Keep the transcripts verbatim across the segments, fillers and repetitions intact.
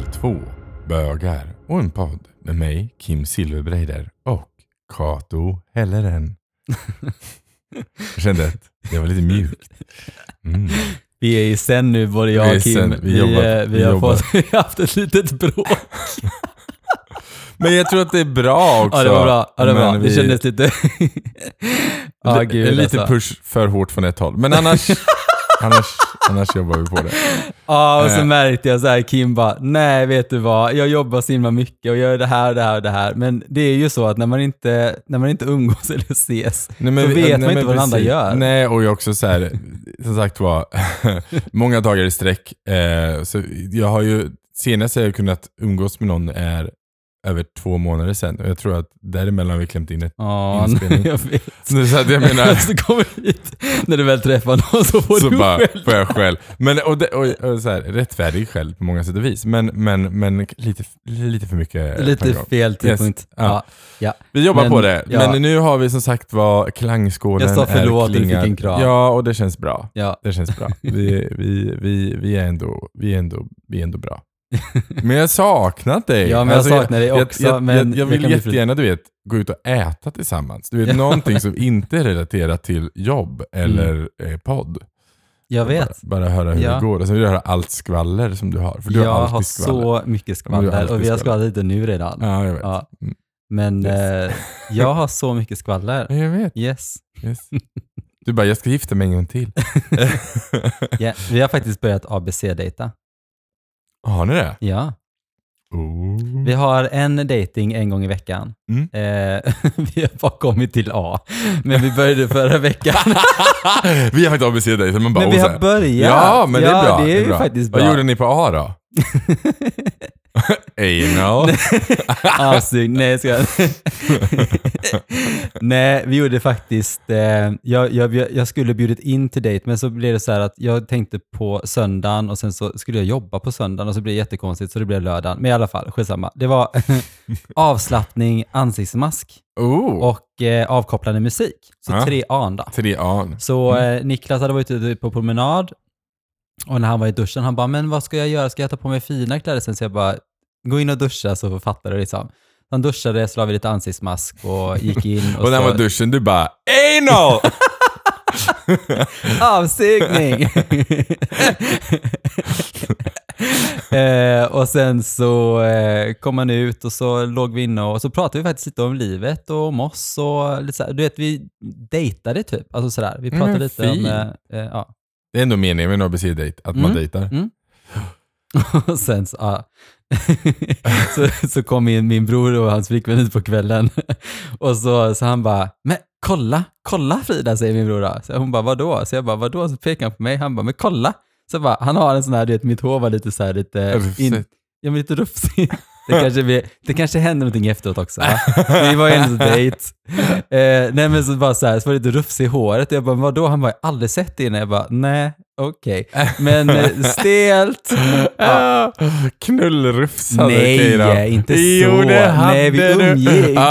två bögar och en podd med mig, Kim Silverbreider och Kato Helleren. Jag kände att det var lite mjukt. Mm. Vi är i sen nu, både jag och Kim. Vi, vi, jobbar, vi, vi, vi har fått, vi har haft ett litet bråk. Men jag tror att det är bra också. Ja, det var bra. Ja, det, var bra. Vi, det kändes lite... ah, gud, en liten alltså. push för hårt från ett håll. Men annars... Annars, annars jobbar vi på det. Ja, och så märkte jag så här, Kim bara, nej vet du vad, jag jobbar så himla mycket och gör det här, det här och det här. Men det är ju så att när man inte, när man inte umgås eller ses, nej, men, så vet nej, man inte vad den andra gör. Nej, och jag också så här, som sagt var, många dagar i sträck. Eh, så jag har ju, senast jag har kunnat umgås med någon är över två månader sedan. Och jag tror att däremellan har vi klämt in ett ja, inspelning. Jag vet. Så att jag menar... så kommer hit, när du väl träffar någon så får så du bara, själv. Får jag själv. Men, och, det, och, och så här, rättfärdig själv på många sätt och vis. Men, men, men lite, lite för mycket. Lite fel tidpunkt. Yes. Ja. Ja. Ja. Vi jobbar men, på det. Ja. Men nu har vi som sagt vad klangskålen är. Jag sa förlåt och du fick en kram. Ja, och det känns bra. Ja. Det känns bra. Vi, vi, vi, vi, är ändå, vi, är ändå, vi är ändå bra. Men jag har saknat dig. Ja, men alltså, jag saknar dig också. Jag, jag, men jag, jag vill jättegärna, du vet, gå ut och äta tillsammans. Du vet, någonting som inte är relaterat till jobb eller mm. eh, podd. Jag vet. Bara, bara höra hur ja. det går. Och sen vill jag höra allt skvaller som du har. För du jag har, har så mycket skvaller. Och vi har skvallrat lite nu redan. Ja, jag vet. Ja. Men yes. eh, jag har så mycket skvaller. Jag vet. Yes. yes. Du bara, jag ska gifta mig en gång till. yeah. Vi har faktiskt börjat A B C-dejta. Har ni det? Ja. Oh. Vi har en dating en gång i veckan. Mm. Eh, vi har bara kommit till A. Men vi började förra veckan. Vi har faktiskt A B C-dejter. Men, bara, men vi har börjat. Ja, men ja, det är bra. Det är, det är bra. faktiskt bra. Vad gjorde ni på A då? Anal. Avsug, nej ska jag. Nej, vi gjorde faktiskt eh, jag, jag, jag skulle bjudit in till dejt, men så blev det så här att jag tänkte på söndagen och sen så skulle jag jobba på söndagen och så blev det jättekonstigt så det blev lördagen. Men i alla fall, skitsamma. Det var avslappning, ansiktsmask oh. och eh, avkopplande musik. Så ja. tre A då. Tre A. Så eh, Niklas hade varit ute på promenad och när han var i duschen han bara, men vad ska jag göra? Ska jag ta på mig fina kläder sen? Så jag bara, gå in och duscha så fattar du liksom. Han duschade, så la vi lite ansiktsmask och gick in. Och, och när så... var duschen, du bara, anal! Avsugning! eh, och sen så eh, kom han ut och så låg vi inne och så pratade vi faktiskt lite om livet och om oss och lite så, du vet, vi dejtade typ. Alltså sådär, vi pratade mm, lite fin. om... Eh, eh, ja. Det är ändå meningen med en A B C-dejt, att mm. man dejtar. Mm. Och sen så, ja. så, så kom min, min bror och hans flickvän ut på kvällen och så, så han bara, men kolla, kolla Frida, säger min bror då. Så hon bara, vadå? Så jag bara, vadå? Så pekar han på mig, han bara, men kolla. Så bara, han har en sån här, du vet, mitt hår var lite så här, lite, in, ja, men lite rufsigt. Det kanske, blir, det kanske händer någonting efteråt också. Va? Vi var ju en dejt. Eh, nej men så bara så här, så var det lite rufsigt i håret. Jag bara, vadå? Han bara, jag har aldrig sett det innan. Jag bara, nej, okej. Okay. Men eh, stelt. Ja. Knullrufsade. Nej, inte så. Jo, nej, vi umgicks.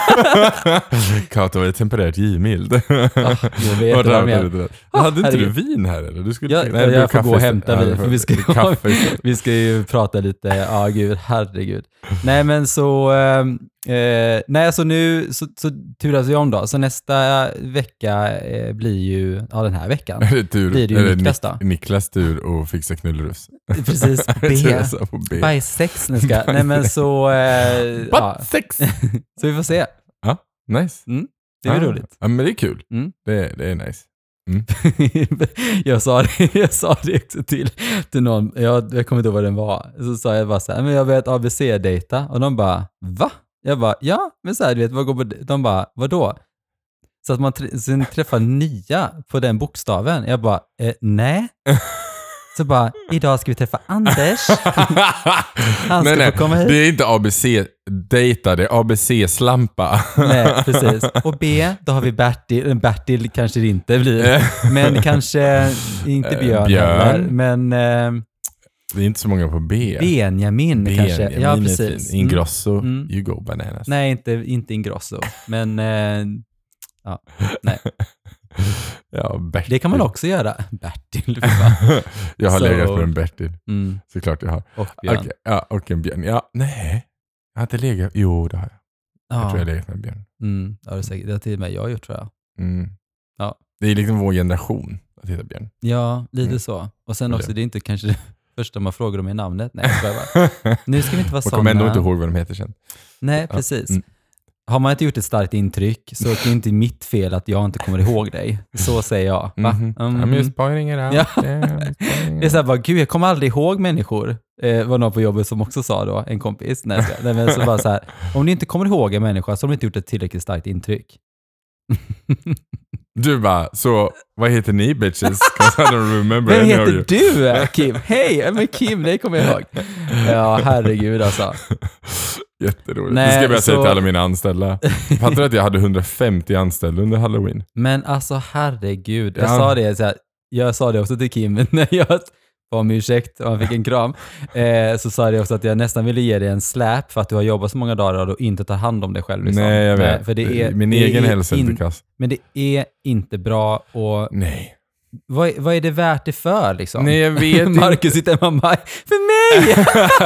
Kato var temporärt givmild. Oh, jag vet vad jag menar. Hade inte du vin här eller? Du skulle, jag, nej, jag får gå och hämta vin. Ja, för vi, ska, kaffe. vi ska ju prata lite. Ja, ah, gud, herregud. Nej, men så... Eh, Eh, nej, så nu så, så turas vi om då. Så nästa vecka eh, blir ju, ja den här veckan, är det tur, blir det ju Niklas då. Niklas tur att fixa knullrufs. Precis, B. B. Bajsex nu ska. Nej men så... Eh, ja. sex. Så vi får se. Ja, nice. Mm, det är ah, roligt. Ja, men det är kul. Mm. Det, det är nice. Mm. jag, sa det, jag sa det också till, till någon, jag, jag kommer inte ihåg vad den var. Så sa jag bara så här, men jag vet A B C-dejta. Och de bara, va? Jag bara, ja, men så här, du vet, vad går på, de bara, vadå? Så att man tr- sen träffar nya på den bokstaven. Jag bara, eh, nej. Så bara, idag ska vi träffa Anders. Han ska nej, nej, få komma hit. Det är inte A B C-dejta, det är A B C-slampa. Nej, precis. Och B, då har vi Bertil. Bertil kanske det inte blir. Men kanske inte Björn. Björn. Heller, men... Eh, det är inte så många på B. Benjamin, Benjamin kanske. Ja, precis. Ingrosso, mm. you go bananas. Nej, inte, inte Ingrosso. Men, eh, ja, nej. Ja, Bertil. Det kan man också göra. Bertil. Jag har Så- legat med en Bertil. Mm. Såklart jag har. Och Björn. Okej, ja, och en björn. Ja, nej. Jag har inte legat. Jo, det har jag. Jag Ja. tror jag har legat med en björn. Mm, det har du säkert. Det har till och med jag gjort, tror jag. Mm. Ja. Det är liksom vår generation att hitta björn. Ja, lite Mm. så. Och sen Och också, det. det är inte kanske det första man frågar om i namnet. Nej, jag skojar bara. Nu ska vi inte vara Man såna. kommer ändå inte ihåg vad de heter sen. Nej, Ja, precis. mm. Har man inte gjort ett starkt intryck så är det inte mitt fel att jag inte kommer ihåg dig. Så säger jag. Va? Mhm. Ja, Mm. men jag sparar ingen allt. Ja. Det Det är så här bara, gud jag kommer aldrig ihåg människor. Eh, var någon på jobbet som också sa då, en kompis. Nej, jag skojar. Nej, men så bara så här, om ni inte kommer ihåg en människa så har de inte gjort ett tillräckligt starkt intryck. Du bara, så vad heter ni bitches? 'Cause I don't remember Vem any of heter you. du, Kim? Hej, ja, men Kim, det kommer jag ihåg. Ja, herregud alltså. Jätteroligt. Nej, det ska jag börja säga så- till alla mina anställda. Fattar du att jag hade hundrafemtio anställda under Halloween? Men alltså herregud, jag Ja. sa det så här, jag sa det också till Kim när jag var om ursäkt och han fick en kram. Eh, så sa jag det också att jag nästan ville ge dig en slap för att du har jobbat så många dagar och inte tar hand om dig själv. Liksom. Nej, jag vet. för det är, Min det egen är hälsa är in- inte kass. Men det är inte bra och Nej. vad, vad är det värt det för liksom? Nej, jag vet inte. Marcus sitter hemma och bara, för mig!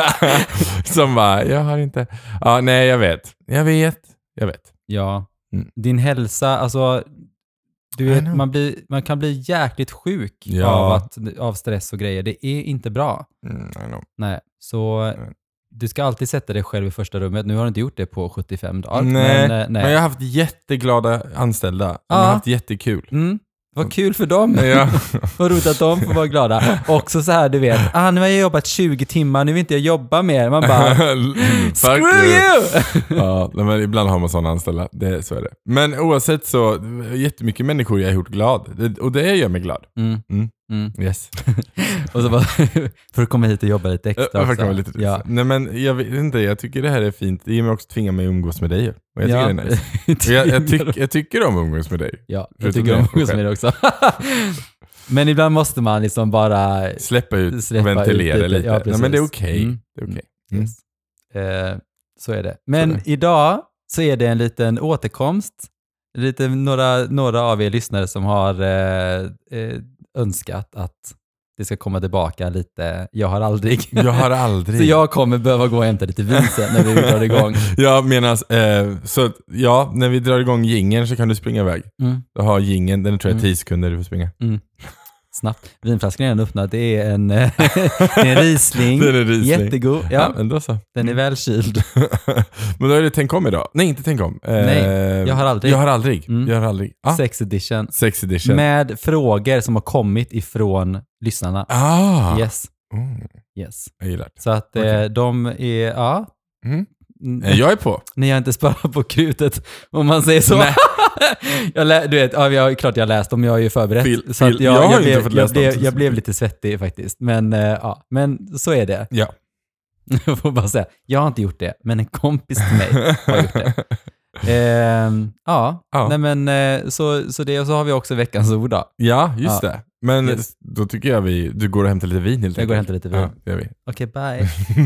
Som bara, jag har inte... Ja, nej, jag vet. Jag vet. Jag vet. Ja, Mm. din hälsa, alltså du I vet, know. man, blir, man kan bli jäkligt sjuk Ja. av, att, av stress och grejer. Det är inte bra. Mm, I know. Nej, så Mm. du ska alltid sätta dig själv i första rummet. Nu har du inte gjort det på sjuttiofem dagar. Nej, men, eh, nej. Men jag har haft jätteglada anställda. De Ja. har haft jättekul. Mm, vad kul för dem. Ja. Vad roligt att de får vara glada. Också så här, du vet, ah, nu har jag jobbat tjugo timmar, nu vill inte jag jobba mer. Man bara, Fuck screw you! Ja, nej, men ibland har man sådana anställda. Det, så är det. Men oavsett så, jättemycket människor jag har gjort glad. Det, och det gör mig glad. Mm. Mm. Mm. Yes. Och så bara, för att komma hit och jobba lite extra Jag, också. kan vara lite, Ja. Nej men jag vet inte, jag tycker det här är fint. Det ger mig också tvinga mig att umgås med dig. Och jag tycker Ja. det är nice. Och jag, jag, tyck, jag tycker om att umgås med dig. Ja, jag Förutom tycker det, om själv. umgås med det också. Men ibland måste man liksom bara Släppa ut släppa och ventilera ut lite. Ja, nej, precis. men det är okej. Mm. Det är okej. Mm. Yes. Eh, så är det. Men Så är det. idag så är det en liten återkomst. Lite några, några av er lyssnare som har eh, eh, önskat att det ska komma tillbaka lite. Jag har aldrig. Jag har aldrig... Så jag kommer behöva gå och hämta lite vin sen när vi drar igång. Jag menar, eh, så att, ja, när vi drar igång jingeln så kan du springa iväg. Mm. Du har jingeln, den tror jag Mm. tio sekunder du får springa. Mm. Snabbt. Vinflaskan är redan öppnad. Det är en, eh, det är en Riesling. Det är en Riesling. Jättegod. Ja, Ja, men då så. den är välkyld. Men då är det Tänk om idag. Nej, inte Tänk om. Eh, Nej, jag har aldrig. Jag har aldrig. Mm. Jag har aldrig. Ah, Sex edition. sex edition. Med frågor som har kommit ifrån lyssnarna. Ah! Yes. Mm, Yes. jag gillar det. Så att eh, Okej. de är, ja. Mm. Mm. Eh, Jag är på. Ni har inte sparat på krutet, om man säger så. Nej. jag lä- du vet, ja, jag, klart jag har läst dem, jag har ju förberett. Fil- så att fil- jag, jag har jag, inte blev, fått jag, läsa dem, blev, så- jag blev lite svettig faktiskt. Men, eh, ja, men så är det. Ja. Jag får bara säga, jag har inte gjort det, men en kompis till mig har gjort det. Ehm, ja, Ja. Nej, men eh, så, så det, och så har vi också veckans ord då. Ja, just Ja. det. Men Yes. då tycker jag vi... Du går och hämtar lite vin helt Jag går och enkelt. hämtar lite vin. Ja, det gör vi. Okej, bye.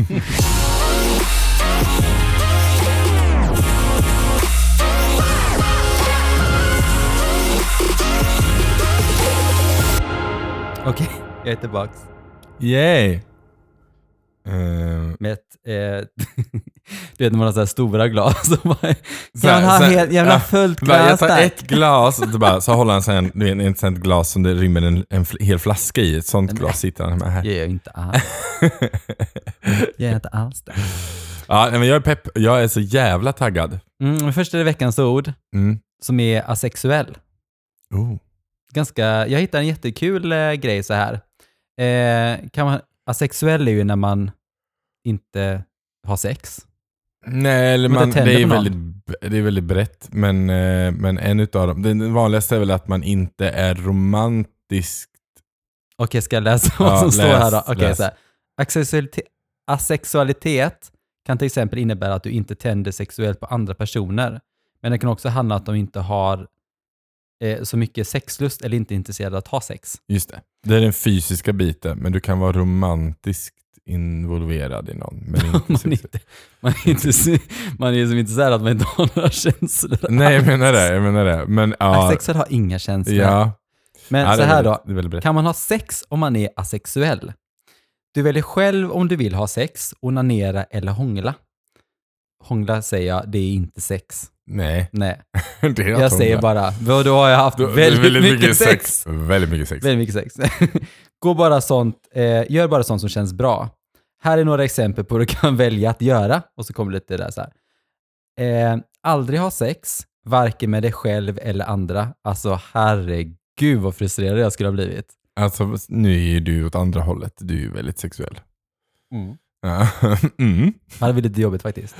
Okej, jag är tillbaks. Yay! Uh, Med ett, eh, du vet när man har så här stora glas. Så bara, Så här- jag har så här- helt jävla ja, fullt bara, jag glas tar där. ett glas och så, bara, så håller han sen, du vet, ett sånt glas som det rymmer en, en fl- hel flaska i. Ett sånt Nej. glas sitter han med här. Jag är inte alls. Jag är inte alls det. Ja, nej, men jag är pepp. Jag är så jävla taggad. Mm, men först är det veckans ord Mm. som är asexuell. Oh. Ganska, jag hittade en jättekul eh, grej så här. Eh, kan man, asexuell är ju när man inte har sex. Nej, eller Men man, det det, tänder är på någon. väldigt, det är väldigt brett. Men, eh, men en utav dem, den vanligaste är väl att man inte är romantisk. Okej, ska jag läsa vad Ja, som läs, står här då? Okej, läs. så här. Asexualitet, asexualitet kan till exempel innebära att du inte tänder sexuellt på andra personer. Men det kan också handla om att de inte har eh, så mycket sexlust eller inte är intresserade av att ha sex. Just det. Det är den fysiska biten, men du kan vara romantisk involverad i någon. Men inte man, inte, man, är inte, man är som inte så här att man inte har några känslor. Nej, jag menar det. Jag menar det. Men, ja, asexuell har inga känslor. Ja. Men Ja, så här väldigt, då, kan man ha sex om man är asexuell? Du väljer själv om du vill ha sex, onanera eller hångla. Hångla säger jag, det är inte sex. Nej. Nej. Det är jag säger bara, då har jag haft då, väldigt, väldigt mycket, mycket sex. sex. Väldigt mycket sex. Väldigt mycket sex. Gå bara sånt, eh, gör bara sånt som känns bra. Här är några exempel på vad du kan välja att göra. Och så kommer det lite där så här. Eh, aldrig ha sex, varken med dig själv eller andra. Alltså herregud vad frustrerad jag skulle ha blivit. Alltså nu är ju du åt andra hållet. Du är ju väldigt sexuell. Mm. Ja. mm. Det blir lite jobbigt faktiskt.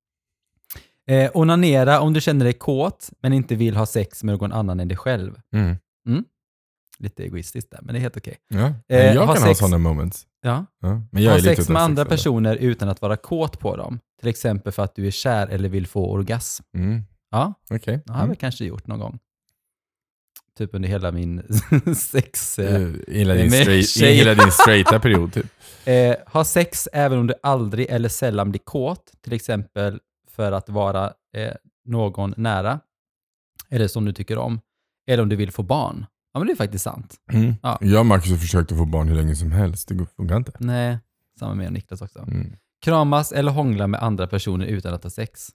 Eh, onanera om du känner dig kåt men inte vill ha sex med någon annan än dig själv. Mm. Mm. Lite egoistiskt där, men det är helt okej. Ja. Eh, jag ha kan sex, ha sådana moments. Ja. Ja. Men jag ha är lite sex med andra sexuell. personer utan att vara kåt på dem. Till exempel för att du är kär eller vill få orgasm. Mm. Ja, okej. Okay. det har jag mm. väl kanske gjort någon gång. Typ under hela min sex... Uh, hela, din med straight, tjej. hela din straighta period typ. Eh, ha sex även om du aldrig eller sällan blir kåt. Till exempel för att vara eh, någon nära. Eller som du tycker om. Eller om du vill få barn. Ja, men det är faktiskt sant. Mm. Ja. Jag och Marcus har försökt att få barn hur länge som helst. Det funkar inte. Nej, samma med Niklas också. Mm. Kramas eller hångla med andra personer utan att ha sex.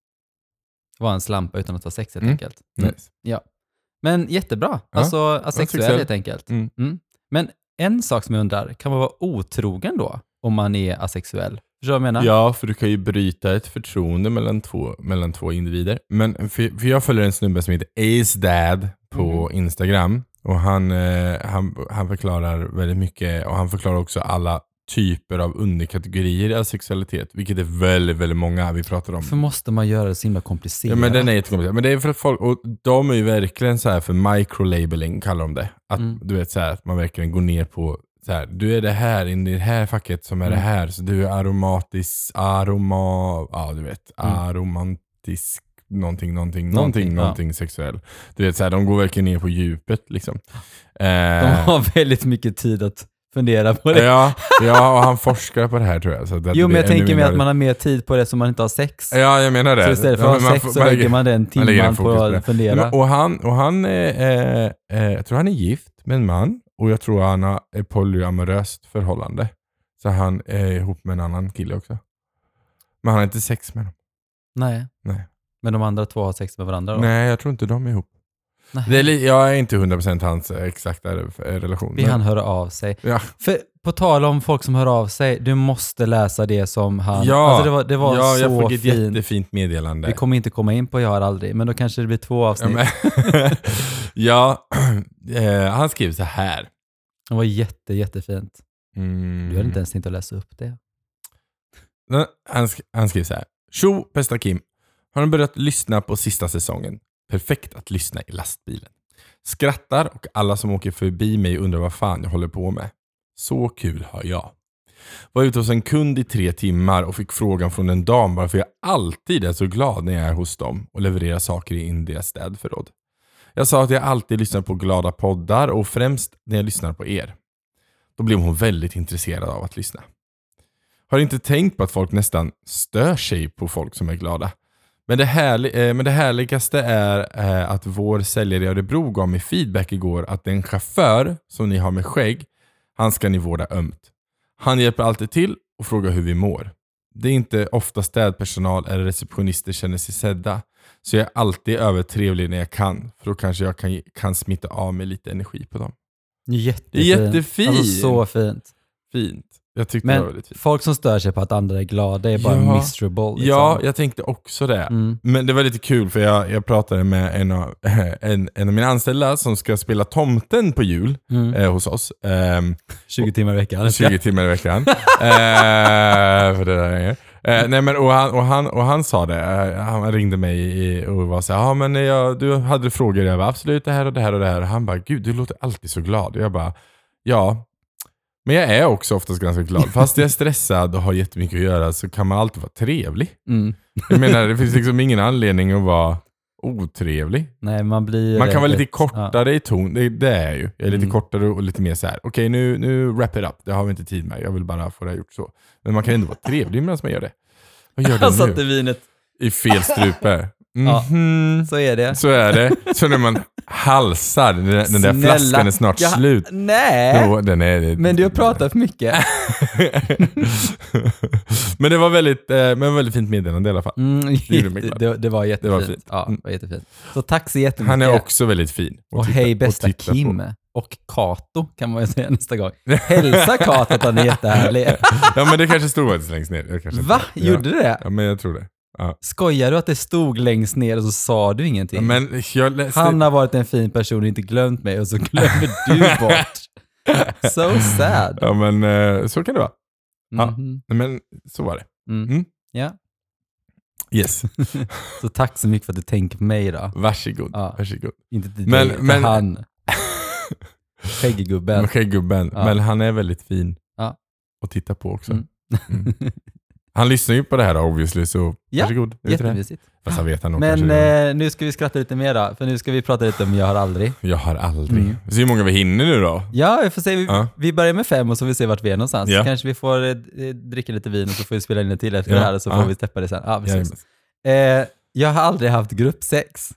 Vara en slampa utan att ha sex helt Mm. enkelt. Mm. Nice. Ja. Men jättebra. Ja. Alltså asexuell Asexuell. helt enkelt. Mm. Mm. Men en sak som jag undrar, kan man vara otrogen då om man är asexuell? Förstår du vad jag menar? Ja, för du kan ju bryta ett förtroende mellan två, mellan två individer. Men för, för jag följer en snubbe som heter Ace Dad på Mm. Instagram. Och han, eh, han, han förklarar väldigt mycket. Och han förklarar också alla typer av underkategorier av sexualitet. Vilket är väldigt, väldigt många vi pratar om. För måste man göra det så himla komplicerat? Ja, men den är jättekomplicerad. Men det är för att folk, och de är ju verkligen så här för microlabeling kallar de det. Att Mm. du vet så här, att man verkligen går ner på så här, du är det här in i det här facket som är Mm. det här. Så du är aromatisk, aroma, ja du vet, Mm. aromantisk, någonting, någonting, Någonting, någonting, ja. någonting sexuell. Du vet så här, de går verkligen ner på djupet liksom. De Eh, har väldigt mycket tid att fundera på det. ja, ja, och han forskar på det här tror jag. Så att det Jo, men blir jag ännu tänker mig mer- att man har mer tid på det som man inte har sex. Ja, jag menar det. Så istället för Ja, att men ha man sex får- så man lägger man den man lägger en timman på fokus på det. att fundera. Men, och han, och han är, eh, eh, jag tror han är gift med en man. Och jag tror han har ett polyamoröst förhållande. Så han är ihop med en annan kille också. Men han har inte sex med dem. Nej. Nej. Men de andra två har sex med varandra då? Nej, jag tror inte de är ihop. Nej. Det är li- jag är inte hundra procent hans eh, exakta re- relation. Vi men- han höra av sig. Ja. För på tal om folk som hör av sig, du måste läsa det som han... Ja, alltså det var, det var ja så jag fick ett fint. jättefint meddelande. Vi kommer inte komma in på Jag har aldrig, men då kanske det blir två Ja, avsnitt. men, ja eh, han skrev så här. Det var jätte, jättefint. Mm. Du hade inte ens tänkt att läsa upp det. Nej, Han, sk- han skrev så här. Tjo, bästa Kim. Har du börjat lyssna på sista säsongen? Perfekt att lyssna i lastbilen. Skrattar och alla som åker förbi mig undrar vad fan jag håller på med. Så kul har jag. Var ute hos en kund i tre timmar och fick frågan från en dam varför jag alltid är så glad när jag är hos dem och levererar saker in i deras städförråd. Jag sa att jag alltid lyssnar på glada poddar och främst när jag lyssnar på er. Då blev hon väldigt intresserad av att lyssna. Har inte tänkt på att folk nästan stör sig på folk som är glada. Men det, härli- eh, men det härligaste är eh, att vår säljare i Örebro gav mig feedback igår att den chaufför som ni har med skägg, han ska ni vårda ömt. Han hjälper alltid till och frågar hur vi mår. Det är inte ofta städpersonal eller receptionister känner sig sedda. Så jag är alltid övertrevlig när jag kan. För då kanske jag kan, kan smitta av mig lite energi på dem. Jättefint. Det är jättefint. Alltså så fint. Fint. Jag tyckte det var Men väldigt fint. folk som stör sig på att andra är glada är bara Ja. miserable. Liksom. Ja, jag tänkte också det. Mm. Men det var lite kul för jag, jag pratade med en av, en, en av mina anställda som ska spela tomten på jul Mm. eh, hos oss. Ehm, tjugo timmar i veckan. tjugo timmar i veckan. eh, för det där är eh, nej, men, och, han, och, han, och han sa det, eh, han ringde mig i, och var så här, ja men jag, du hade frågor, jag bara absolut det här och det här och det här. Och han bara, gud du låter alltid så glad. Och jag bara, ja. Men jag är också oftast ganska glad. Fast jag är stressad och har jättemycket att göra så kan man alltid vara trevlig. Mm. Jag menar, det finns liksom ingen anledning att vara otrevlig. Nej, man blir... Man kan vara ett, lite kortare ja. i ton. Det, det är ju. Jag är lite Mm. kortare och lite mer så här. Okej, okay, nu, nu wrap it up. Det har vi inte tid med. Jag vill bara få det här gjort så. Men man kan ändå vara trevlig medan man gör det. Vad gör du Han nu? satte vinet. I fel strupe. Mm-hmm. Ja, så är det. Så är det. Så när man halsar, den, den där flaskan är snart ja, slut. Nej, Då, den är, men du har pratat för mycket. Men det var väldigt, eh, men väldigt fint meddelande i alla fall. Mm, det, mig det, det var jättefint. Det var fint. Ja, det var jättefint. Så tack så jättemycket. Han är också väldigt fin. Och titta, hej bästa Kim. På. Och Kato kan man ju säga nästa gång. Hälsa Kato att han är jättehärlig. Ja, men det kanske stod ett längst ner. Jag kanske Va? Inte. Gjorde ja. det? Ja, men jag tror det. Ja. Skojar du att det stod längst ner och så sa du ingenting? Ja, men jag läste... Han har varit en fin person och inte glömt mig och så glömmer du bort. So sad. Ja, men eh, så kan det vara. Mm-hmm. Ja, men så var det. Mm. Mm. Ja. Yes. Så tack så mycket för att du tänker på mig då. Varsågod. Ja. Varsågod. Inte till men, dig, men... han. Skäggegubben. Skäggegubben. Ja. Men han är väldigt fin. Ja. Att titta på också. Mm. Mm. Han lyssnar ju på det här obviously, så ja, varsågod. Jättemysigt. Fast han vet han nog. Men eh, nu ska vi skratta lite mer då, för nu ska vi prata lite om Jag har aldrig. Jag har aldrig. Mm. Så hur många vi hinner nu då? Ja, vi får se. Vi, ja. vi börjar med fem och så får vi se vart vi är någonstans. Ja. Så kanske vi får eh, dricka lite vin och så får vi spela in det till efter ja. det här och så får ja. vi steppa det sen. Ja, precis. Ja, eh, jag har aldrig haft gruppsex.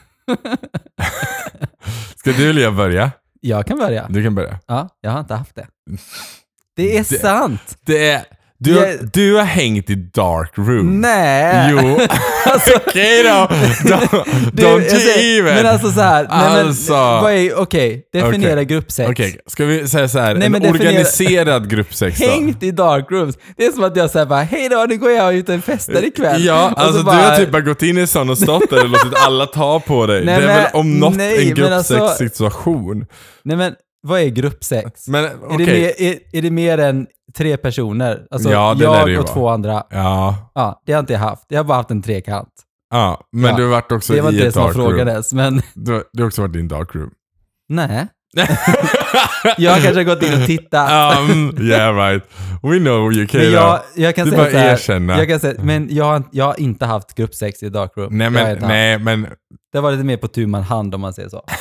Ska du eller jag börja? Jag kan börja. Du kan börja. Ja, jag har inte haft det. Det är det, sant. Det är... Du, jag... har, du har hängt i dark room. Nej. Jo. alltså, okej då. Don't, du, don't säger, even. Men alltså så här. Alltså. Okej, okay, definiera okay. gruppsex. Okej, okay. Ska vi säga så här? Nej, en definiera... organiserad gruppsex då? Hängt i dark rooms. Det är som att jag säger bara, hej då, nu går jag ut och festar ikväll. Ja, alltså bara... du har typ bara gått in i sån och stått där och låtit alla ta på dig. Nej, det är men, väl om något nej, en gruppsex-situation. Alltså... Nej men, vad är gruppsex? Men, är, okay. det mer, är, är det mer än tre personer? Alltså ja, det jag det och vara. två andra. Ja. Ja, det har inte jag haft. Jag har bara haft en trekant. Ja, men ja. Du har varit också i ett dark room. Det var inte det som frågades, men... Du, du har också varit i en dark room. Nej. jag har kanske gått in och tittat. um, yeah right. We know you can. Men jag, jag kan du säga bara så här, erkänna. Jag kan säga, men jag har, jag har inte haft gruppsex i dark room. Nej men, nej men... Det var lite mer på tu man hand om man säger så.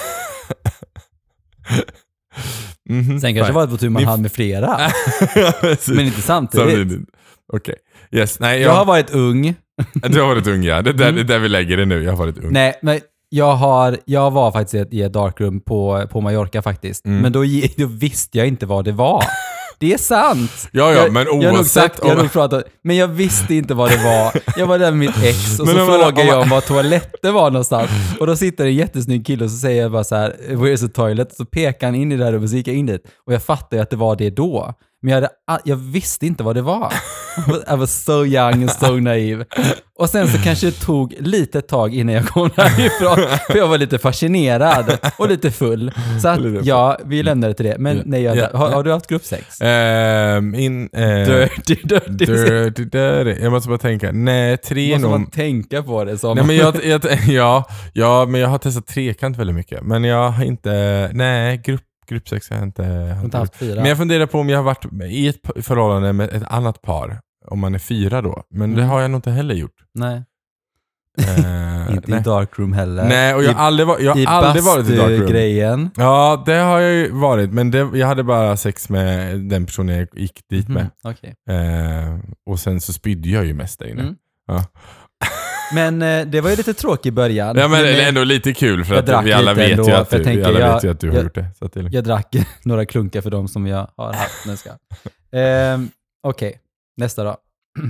Mm-hmm, Sen kanske var det på tur man hand med flera. Men inte samtidigt. Okej. Okay. Yes, nej, jag... jag har varit ung. Du har varit ung, ja. Det är där, mm. där vi lägger det nu. Jag har varit ung. Nej, men jag, har, jag var faktiskt i ett darkroom på, på Mallorca faktiskt. Mm. Men då, då visste jag inte vad det var. Det är sant. Ja, ja, jag, men oavsett... Jag har nog sagt, jag har nog pratat, men jag visste inte vad det var. Jag var där med mitt ex och men så frågade jag om var toaletten var någonstans. Och då sitter en jättesnygg kille och så säger jag bara så här, where's the toilet? Så pekar han in i det här rummet och så gick jag in dit. Och jag fattade att det var det då. Men jag, hade, jag visste inte vad det var. I was so young and so naive. Och sen så kanske det tog lite tag innan jag kom därifrån. För jag var lite fascinerad och lite full. Så att, ja, vi lämnade till det. Men yeah. nej, jag, yeah. har, har du haft gruppsex? Um, in, uh, dirty, dirty, dirty, dirty. Jag måste bara tänka. Nej, tre måste nog... man tänka på det som... Nej, men jag, jag, ja, ja, men jag har testat trekant väldigt mycket. Men jag har inte... Nej, grupp gruppsex har jag inte, har inte haft fyra. Men jag funderar på om jag har varit i ett förhållande med ett annat par. Om man är fyra då. Men mm. det har jag nog inte heller gjort. Nej. Uh, inte nej. i darkroom heller. Nej, och jag har aldrig, var, jag har aldrig varit i darkroom. Grejen. Ja, det har jag ju varit. Men det, jag hade bara sex med den personen jag gick dit med. Mm, okay. uh, och sen så spydde jag ju mest där inne. Mm. Ja. Men eh, det var ju lite tråkigt i början. Ja, men, men det är ändå lite kul för att vi alla vet ju att du, tänker, alla vet ju att du har jag, gjort det. Så att det jag drack några klunkar för dem som jag har haft. Nu ska. eh, Okej, okay. Nästa då.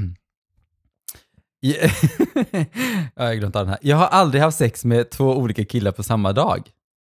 jag har glömt av den här. Jag har aldrig haft sex med två olika killar på samma dag.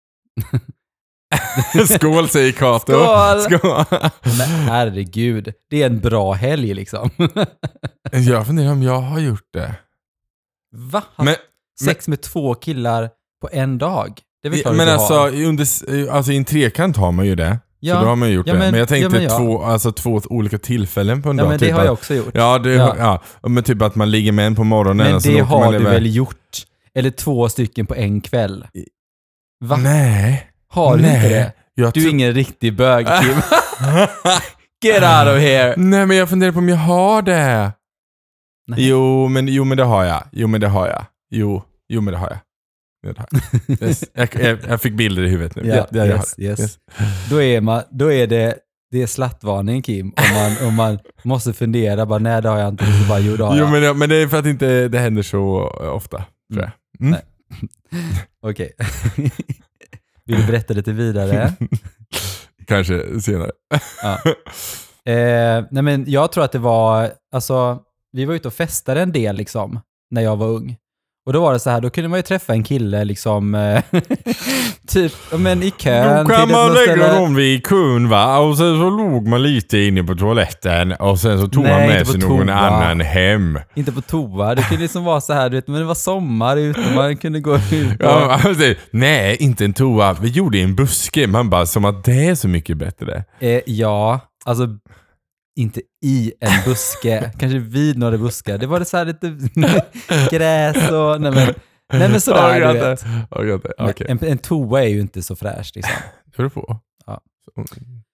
Skål, säger Kato. Skål! Skål! Men herregud, det är en bra helg liksom. Jag funderar om jag har gjort det. Va? Men, sex men, med två killar på en dag? Det är väl klart men du alltså, har. Under, alltså i en trekant har man ju det. Ja. Så då har man ju gjort ja, men, det. Men jag tänkte ja, men ja. två, alltså, två olika tillfällen på en ja, dag. Men det typ har att, jag också gjort. Ja, det, ja. ja, men typ att man ligger med en på morgonen. Men alltså, det har man du lever... väl gjort? Eller två stycken på en kväll? Va? Nej. Har du Nej. inte det? Jag du är tro... ingen riktig bög, Kim. Get out of here. Nej, men jag funderar på om jag har det. Nej. Jo, men, jo, men det har jag. Jo, men det har jag. Jo, jo men det har jag. Yes. Jag, jag, jag fick bilder i huvudet nu. Ja, Ja, det har jag. yes, yes. Yes. Då är man, då är det det är slattvarning, Kim, om man, om man måste fundera bara nej, det har jag inte, så bara jo, det har Jo, jag. men, ja, men det är för att inte det händer så ofta, tror jag. Mm. Okej. Vill du berätta lite vidare? Kanske senare. Ja. Eh, nej men jag tror att det var, alltså vi var ute och festade en del liksom när jag var ung. Och då var det så här, då kunde man ju träffa en kille liksom eh, typ, men i kön. Då kan till man lägga ställe. dem vid kön, va? Och sen så låg man lite inne på toaletten och sen så tog Nej, man med inte sig på någon toa. annan hem. Inte på toa, det kunde liksom vara så här, du vet, men det var sommar ute, man kunde gå ut och... Ja, alltså, nej, inte en toa. Vi gjorde en buske. Man bara, som att det är så mycket bättre. Eh, ja, alltså inte i en buske, kanske vid några buskar. Det var det så här lite gräs och... Nej men, nej, men sådär, jag du vet. vet. Jag vet. Men Okej. En, en toa är ju inte så fräsch liksom. Hör du på? Ja. Så.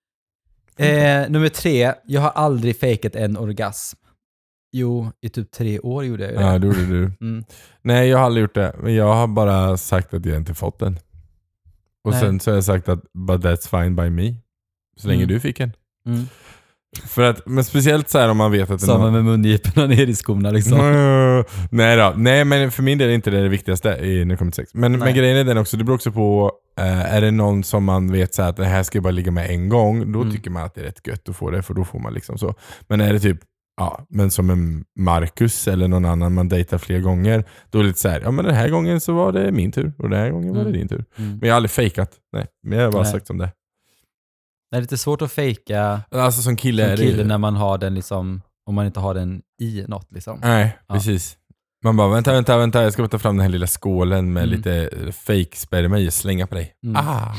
Eh, nummer tre, jag har aldrig fejkat en orgasm. Jo, i typ tre år gjorde jag ju det. Ja, det gjorde du. Mm. Nej, jag har aldrig gjort det. Men jag har bara sagt att jag inte fått den. Och Nej. sen så har jag sagt att but that's fine by me. Så länge Mm. du fick en. Mm. För att, men speciellt så här om man vet att det är Samma någon... med mungiporna ner i skorna liksom. Mm, nej då. Nej, men för min del är inte det det viktigaste i när det kommer till sex. Men, men grejen är den också, det beror också på, eh, är det någon som man vet så här att det här ska bara ligga med en gång, då Mm. tycker man att det är rätt gött att få det, för då får man liksom så. Men är det typ, ja, men som en Marcus eller någon annan man dejtar fler gånger, då är det lite så här, ja men den här gången så var det min tur, och den här gången var det Mm. din tur. Mm. Men jag har aldrig fejkat, nej. Men jag har bara Nej. sagt som det. Det är lite svårt att fejka Alltså som kille som är det kille ju- när man har den liksom, om man inte har den i något liksom. Nej, Ja. precis. Man bara, vänta, vänta, vänta, jag ska bara ta fram den här lilla skålen med Mm. lite fake sperma i och slänga på dig. Mm. Ah!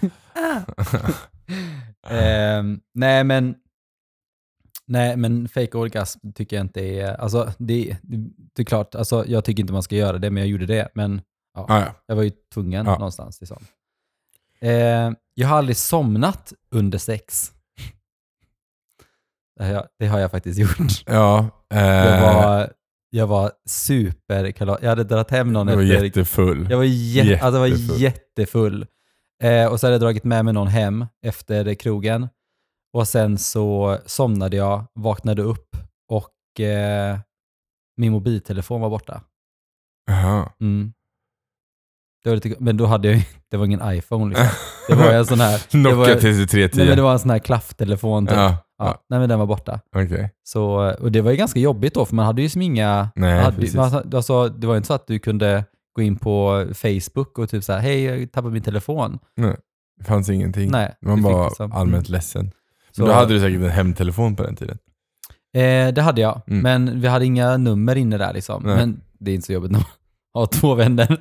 Ehm, nej men nej men fake orgasm tycker jag inte är, alltså det, det är klart, alltså jag tycker inte man ska göra det, men jag gjorde det, men ja, Ah, ja. jag var ju tvungen Ja. någonstans liksom. Ehm, jag har aldrig somnat under sex. Det har jag, det har jag faktiskt gjort. Ja, eh, Jag var, jag var superkalas. Jag hade dragit hem någon du var efter... jättefull. Jag var, jä- alltså, jag var Jättefull. jättefull. Eh, och så hade jag dragit med mig någon hem efter krogen. Och sen så somnade jag, vaknade upp och eh, min mobiltelefon var borta. Jaha. Mm. Det var lite, men då hade jag det var ingen iPhone liksom. Det var en sån här... det Nokia var, T tre tio. nej, men det var en sån här klafftelefon typ. Ja, Ja, ja. nej men den var borta. okej. Så, och det var ju ganska jobbigt då, för man hade ju som inga... Nej, hade, precis. man, alltså, det var ju inte så att du kunde gå in på Facebook och typ så här, hej, jag tappade min telefon. Nej, det fanns ingenting. Nej, Man du fick var liksom- allmänt mm. ledsen. Så, Men då hade du säkert en hemtelefon på den tiden. eh, det hade jag, Mm. men vi hade inga nummer inne där liksom. Nej. Men det är inte så jobbigt när man har två vänner.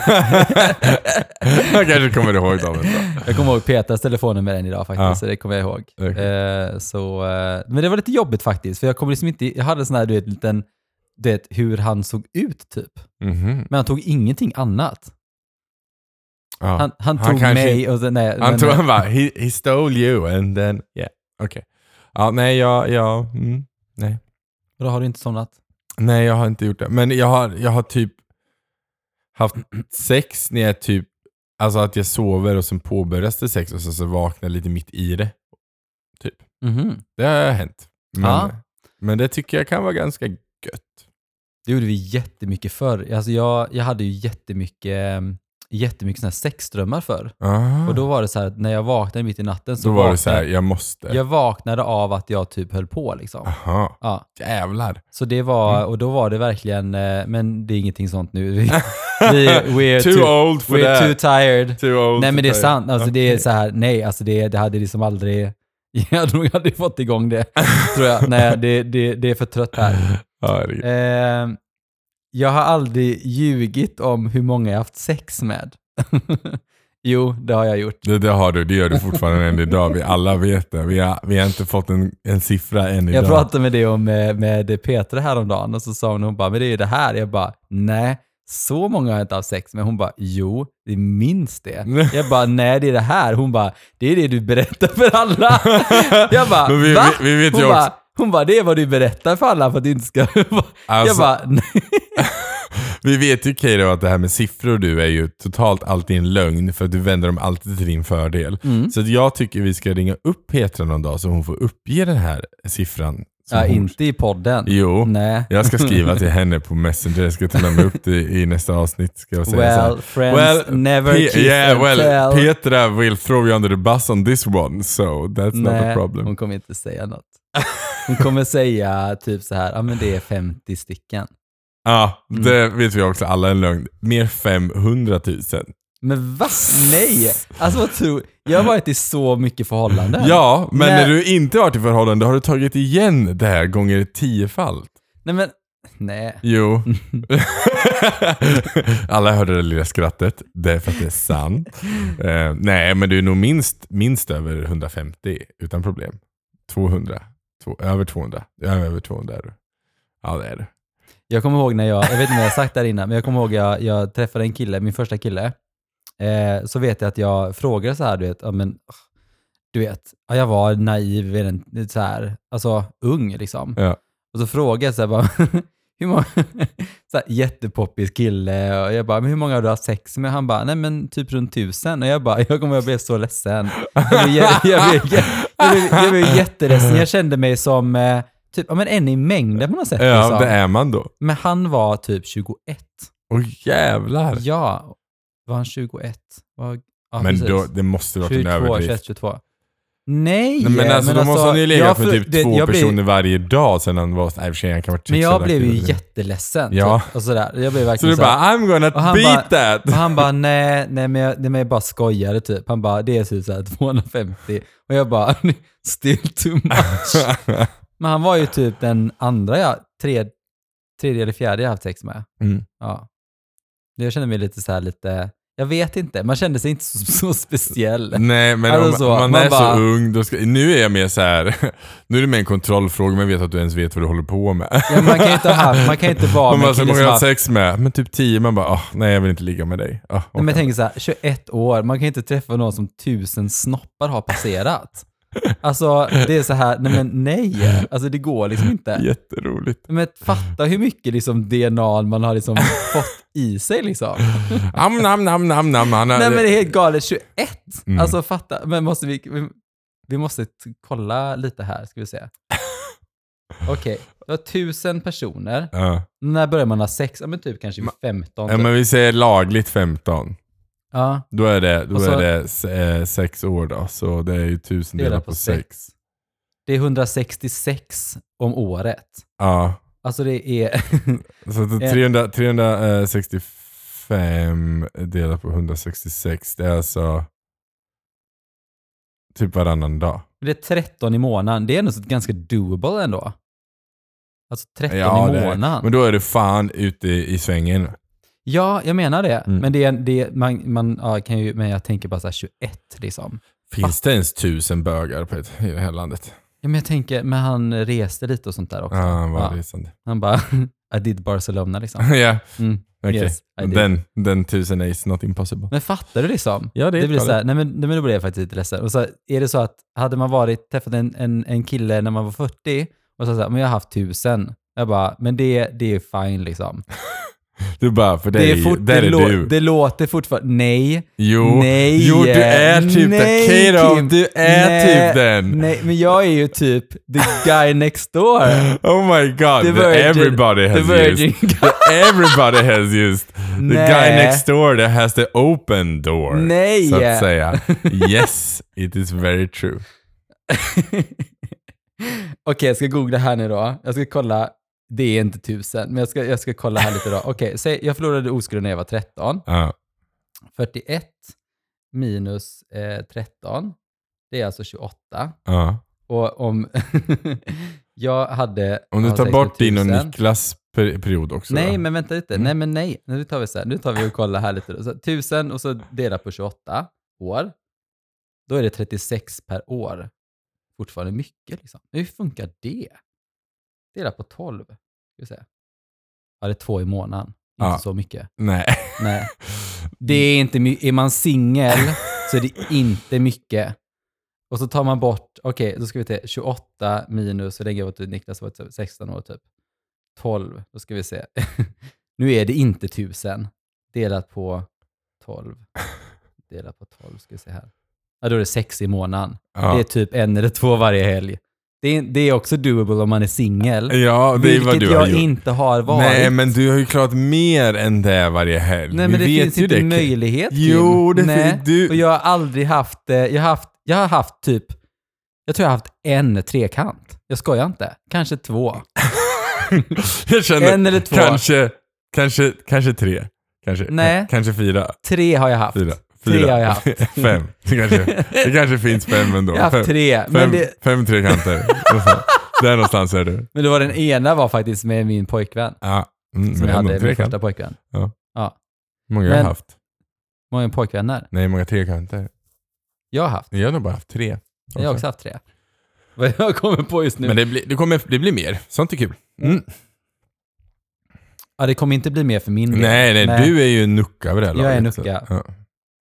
Jag kanske kommer ihåg dem. Jag kommer ihåg Petras telefonnummer än idag faktiskt, Ja. så det kommer jag ihåg. Okej. Eh, så, eh, men det var lite jobbigt faktiskt, för jag kommer liksom inte, jag hade sån här, du vet, liten, du vet, hur han såg ut typ. Mhm. Men han tog ingenting annat. Ja. Han, han Han tog kanske- mig och så, nej. Han men- tror han bara, he, he stole you and then, yeah, okej. Ja, nej, jag, jag, mm, nej. Och då har du inte somnat? Nej, jag har inte gjort det. Men jag har, jag har typ haft sex när jag typ, alltså att jag sover och sen påbörjas det sex och så, så vaknar jag lite mitt i det. Typ. Mhm. Det har hänt. Men, Ja. men det tycker jag kan vara ganska gött. Det gjorde vi jättemycket förr. Alltså jag, jag hade ju jättemycket, jättemycket såna här sexdrömmar förr. Ah. Och då var det så här, att när jag vaknade mitt i natten så Då var vaknade, det så här, jag måste. jag vaknade av att jag typ höll på liksom. Aha, Ja, jävlar. så det var, Mm. och då var det verkligen, eh, men det är ingenting sånt nu. Vi, vi, we're Too too, old for we're that. too tired. Too old Nej to men det är play. sant, alltså det är Okej. så här, nej alltså det, det hade liksom aldrig, jag hade nog aldrig fått igång det, tror jag. Nej, det, det, det är för trött här. Ja, herregud. Eh, jag har aldrig ljugit om hur många jag haft sex med. Jo, det har jag gjort. Det, det har du, det gör du fortfarande än idag. Vi alla vet det. Vi har, vi har inte fått en, en siffra än idag. Jag pratade med det om med, med Petra häromdagen och så sa hon, hon bara, men det är ju det här. Jag bara, nej, så många har jag inte haft sex med. Hon bara, jo, det är minst det. Jag bara, nej det är det här. Hon bara, det är det du berättar för alla. Jag bara, Men vi, va? vi, vi vet Hon ju bara, också. hon bara, det är vad du berättar för alla för att du inte ska... Jag Alltså- bara, nej. Vi Vi vet ju Kato att det här med siffror du är ju totalt alltid en lögn för att du vänder dem alltid till din fördel. Mm. Så att jag tycker vi ska ringa upp Petra någon dag så hon får uppge den här siffran. Ja, hon... inte i podden. Jo, Nej. Jag ska skriva till henne på Messenger. Jag ska ta med mig upp det i nästa avsnitt. Ska jag säga well, så här. friends well, never Pe- kiss yeah, and well, tell. Petra will throw you under the bus on this one, so that's Nej, not a problem. hon kommer inte säga något. Hon kommer säga typ så här, ja men det är femtio stycken. Ja, Mm. det vet vi också alla är en lögn. Mer femhundratusen. Men va? Nej! Alltså vad tror jag har varit i så mycket förhållanden. Ja, men Nej. när du inte varit i förhållande har du tagit igen det här gånger tiofalt. Nej men, nej. Jo. Alla hörde det lilla skrattet. Det är för att det är sant. uh, nej, men du är nog minst, minst över hundrafemtio utan problem. tvåhundra. Två, över tvåhundra. Ja, över tvåhundra är du. Ja, det är du. Jag kommer ihåg när jag, jag vet inte om jag har sagt det här innan, men jag kommer ihåg jag, jag träffade en kille, min första kille. Eh, så vet jag att jag frågade så här, du vet, ja men, du vet, ja, jag var naiv, vet, så här, alltså ung liksom. Ja. Och så frågade jag så här, bara, hur många, så här, jättepoppis kille, och jag bara, men hur många har du haft sex med? Han bara, nej men typ runt tusen. Och jag bara, jag kommer att bli så ledsen. Jag blev, jag, jag, blev, jag, blev, jag blev jätteledsen. Jag kände mig som eh, typ, ja men en i mängden på något sätt. Ja, liksom. det är man då. Men han var typ tjugoett. Åh jävlar. Ja, var han tjugoett? Var, ja, men precis. då, det måste vara en tjugotvå, överdrift. tjugoett, tjugotvå. Nej, Nej, men alltså, då måste han ju lägga jag för för- typ det- två jag blev- personer varje dag sen han var, nej för sig han kan vara Men jag blev ju jätte... jätteledsen. Ja. Typ, och sådär. Jag blev Så verkligen du bara, I'm gonna Och han beat bara- that! Och han bara, nej, nej men jag, nej, men jag bara skojade typ. Han bara, det är typ såhär tvåhundrafemtio. Och jag bara, still too much. Men han var ju typ den andra, jag, tre, tredje eller fjärde jag haft sex med. Mm. Ja. Jag kände mig lite så här lite, jag vet inte, man kände sig inte så, så speciell. Nej, men Alltså om så, man, man är bara- så ung, då ska, nu är jag mer så här. Nu är det mer en kontrollfråga, men vet att du ens vet vad du håller på med. Ja, man kan inte ha, man kan inte vara Man med bara, en så kille många som jag har har... sex med, men typ tio, man bara, oh, nej jag vill inte ligga med dig. Oh, Nej, men jag okay. tänker så här, tjugoett år, man kan inte träffa någon som tusen snoppar har passerat. Alltså, det är så här, nej men nej, alltså det går liksom inte. Jätteroligt. Men fatta hur mycket liksom D N A man har liksom fått i sig liksom. Am, nam, nam, nam, nam, nam. Nej men det är helt galet, tjugoett! Mm. Alltså fatta, men måste vi, vi, vi måste t- kolla lite här, ska vi se. Okej, okay. Det var tusen personer. Ja. När börjar man ha sex? Ja men typ kanske vid femton. Ja, men vi säger lagligt femton. Ja, Då är det, då Och så- är det s- eh, sex år då, så det är ju tusen delat delat på på sex. sex. Det är hundrasextiosex om året. Ja, Alltså det är... så att Ja. trehundra, trehundrasextiofem delat på hundrasextiosex, det är alltså typ varannan dag. det är tretton i månaden. Det är ändå så ganska doable ändå. Alltså tretton Ja, i det är, månaden. men då är du fan ute i, i svängen. Ja, jag menar det. Mm. Men det är, det är, man, man ja, kan ju, men jag tänker bara så här tjugoett liksom. Finns det ens tusen bögar på ett, i det här landet? Ja, men jag tänker, men han reste lite och sånt där också. Ja, han var Ja. resande. Han bara, I did Barcelona liksom. Ja, Mm. okej. Yes, I did. Den, den tusen is not impossible. Men fattar du liksom? Ja, det är det blir galet. så här, nej men, nej men då blir jag faktiskt lite ledsen. Och så är det så att hade man varit, träffat en, en, en kille när man var fyrtio och så, så här, men jag har haft tusen. Jag bara, men det, det är fine liksom. Du bara, för det, Det, är, är fort, där det, är lå, du. det låter fortfarande, nej. Jo, Nej, jo, du är typ nej, den. Kato, Kim. du är Nej, typ den. Nej, men jag är ju typ the guy next door. Oh my god, The the virgin- everybody the has virgin used. The everybody has used. The Nej. guy next door that has the open door. Nej. Så att säga. Yes, it is very true. Okej, jag ska googla här nu då. Jag ska kolla. Det är inte tusen, men jag ska, jag ska kolla här lite då. Okej, säg jag förlorade oskulden när jag var tretton. Ja. fyrtioett minus eh, tretton, det är alltså tjugoåtta. Ja. Och om jag hade... Om du ja, tar sex bort din och tusen. Niklas per- period också. Nej, då. men vänta lite. Mm. Nej, men nej. Nu tar vi så här. Nu tar vi och kollar här lite. Då. Så, tusen och så delar på tjugoåtta år. Då är det trettiosex per år. Fortfarande mycket liksom. Hur funkar det? Dela på tolv. Ska vi se. Ja, det är två i månaden. Inte Ja. så mycket. Nej. Nej. Det är inte mycket. Är man singel så är det inte mycket. Och så tar man bort, okej, okay, då ska vi till tjugoåtta minus, hur länge var det Niklas var sexton år typ. tolv, då ska vi se. Nu är det inte tusen. Delat på tolv. Delat på tolv, ska vi se här. Ja, då är det sex i månaden. Ja. Det är typ en eller två varje helg. Det är, det är också doable om man är singel. Ja, det är vad du vilket har jag gjort. inte har varit. Nej, men du har ju klarat mer än det varje helg. Nej, Vi men det vet finns ju inte det. möjlighet. Kim. Jo, det Nej. finns du. Och jag har aldrig haft, eh, jag har haft, jag har haft typ, jag tror jag har haft en trekant. Jag skojar inte. Kanske två. Jag känner, En eller två. Kanske, kanske, kanske tre. Kanske, Nej. kanske fyra. Tre har jag haft. Fyra. Tre Fyra. har jag haft. Fem. Det kanske, det kanske finns fem ändå. Jag har fem, haft tre. Fem, Men, det, fem trekanter. Där någonstans är du. men det var den ena var faktiskt med min pojkvän. Ja. Mm, Som jag ändå hade, min trekant. första pojkvän. Många jag har Men- haft. Många pojkvänner. Nej, många trekanter. Jag har haft. Jag har nog bara haft tre. Jag har också haft tre. Vad jag kommer på just nu. Men det blir, det, kommer, det blir mer. Sånt är kul. Mm. Ja, det kommer inte bli mer för min del. Nej, nej, Men, du är ju nucka över det här Jag är laget, så- nucka. Ja.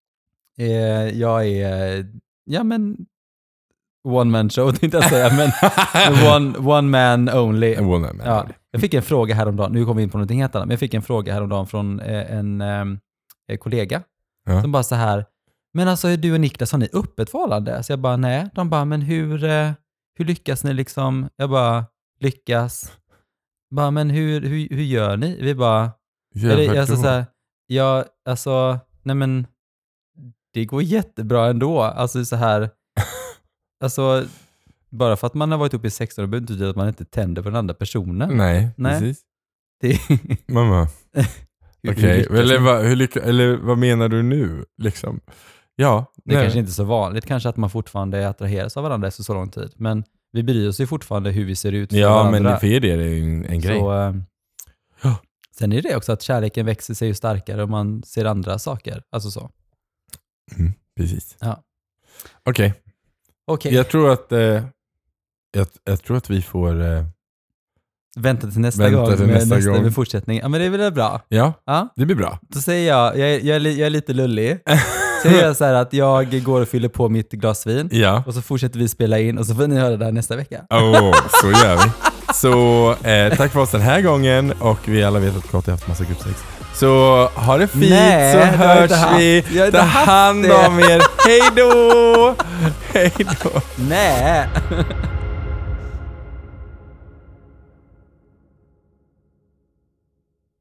eh, jag är, ja men, one man show tänkte jag säga, men one, one man only. En one man. Ja, jag fick en fråga häromdagen, nu kommer vi in på någonting helt annat, men jag fick en fråga häromdagen från eh, en eh, kollega Ja. som bara så här, men alltså du och Niklas, har ni öppet förhållande? Så jag bara, nej. De bara, men hur, eh, hur lyckas ni liksom? Jag bara, lyckas. Bara, men hur, hur, hur gör ni? Vi bara, eller, alltså så här, ja, alltså, nej men, det går jättebra ändå. Alltså så här, alltså, bara för att man har varit uppe i sexton år behöver inte betyda att man inte tänder på den andra personen. Nej, Nej. precis. Det, Mamma. hur- hur Okej, lyckas eller, man? vad, hur lycka, eller vad menar du nu? Liksom? Ja, Det är nej. kanske inte är så vanligt, kanske att man fortfarande attraheras av varandra efter så lång tid. Men vi bryr oss ju fortfarande hur vi ser ut för Ja, varandra. men för er det är det ju en, en grej. Så, eh, Ja. Sen är det också att kärleken växer sig ju starkare om man ser andra saker. Alltså så. Mm, precis. Ja. Okej, Okej, jag tror att eh, jag, jag tror att vi får... Eh, vänta till nästa Vänta gång till med nästa nästa gång. med fortsättning. Ja, men det är väl bra. ja, Ja, det blir bra. då säger jag, jag är, jag är, li- jag är lite lullig. Så jag gör så här att jag går och fyller på mitt glas vin. Ja. Och så fortsätter vi spela in och så får ni höra det här nästa vecka. Åh, så gör vi. Så eh, tack för oss den här gången och vi alla vet att Kati har haft massa gruppsex. Så ha det fint. Nej, så det har jag inte hörs haft. vi. Jag har inte Ta haft hand det. om er. Hej då! Hej då! Nej!